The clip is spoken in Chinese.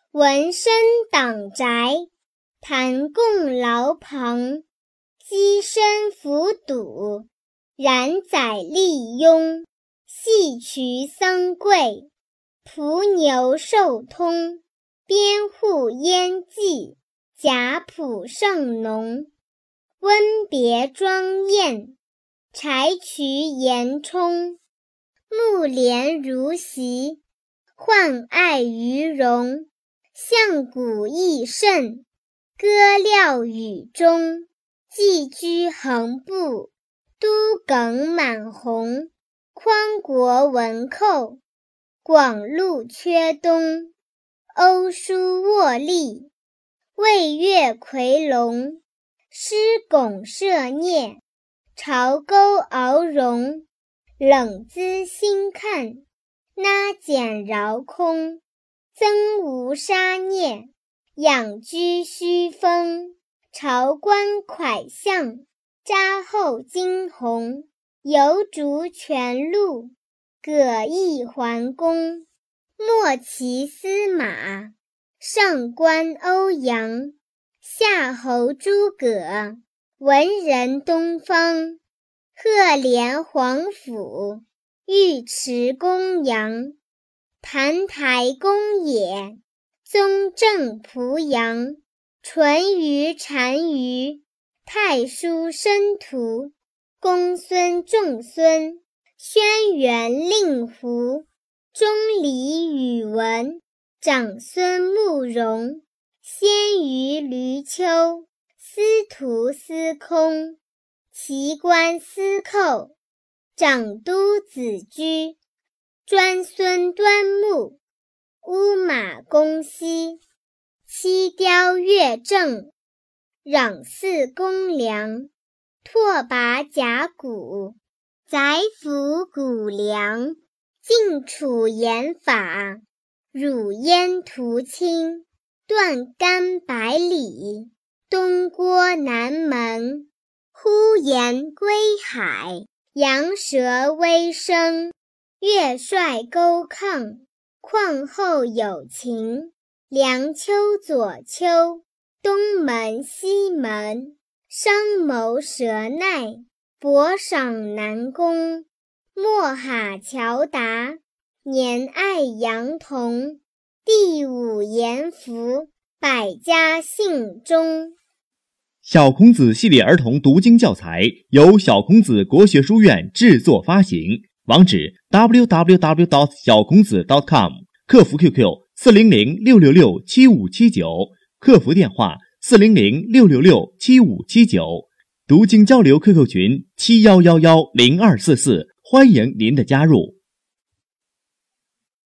闻声党宅，谈共牢朋。鸡声浮堵，然宰利庸。戏渠僧贵，仆牛兽通。编户焉祭，贾谱圣农。温别庄宴，柴渠严冲。木莲如席，幻爱于容。象鼓亦甚，歌料语中。寄居横布，都耿满红。匡国文寇，广路缺东。欧书沃利，魏越夔龙。师拱射孽，朝钩鳌荣。冷姿心看，那简饶空。曾无杀孽，养居虚风。朝官蒯相，扎后惊鸿。游逐全路，葛翼桓公。莫骑司马，上官欧阳。夏侯诸葛，文人东方。赫连黄甫，尉迟公羊。澹台公冶，宗正濮阳。淳于单于，太叔申屠。公孙仲孙，轩辕令狐。钟离宇文，长孙慕容。先于闾丘，司徒司空。齐官司寇，长都子居。专孙端木，乌马公西。七雕乐正，壤祀公良。拓跋甲骨，宰辅谷梁。晋楚严法，汝燕屠清。断干百里，东郭南门。呼延归海，羊舌微声。岳帅勾抗，况后有情。梁丘左丘，东门西门。商谋舌耐，博赏南宫。莫哈乔达，年爱杨童。第五严福，百家姓钟。 小孔子系列儿童读经教材由小孔子国学书院制作发行，网址 www. 小孔子 .com， 客服 QQ 400-666-7579，客服电话400-666-7579，读经交流 QQ 群7111024，欢迎您的加入。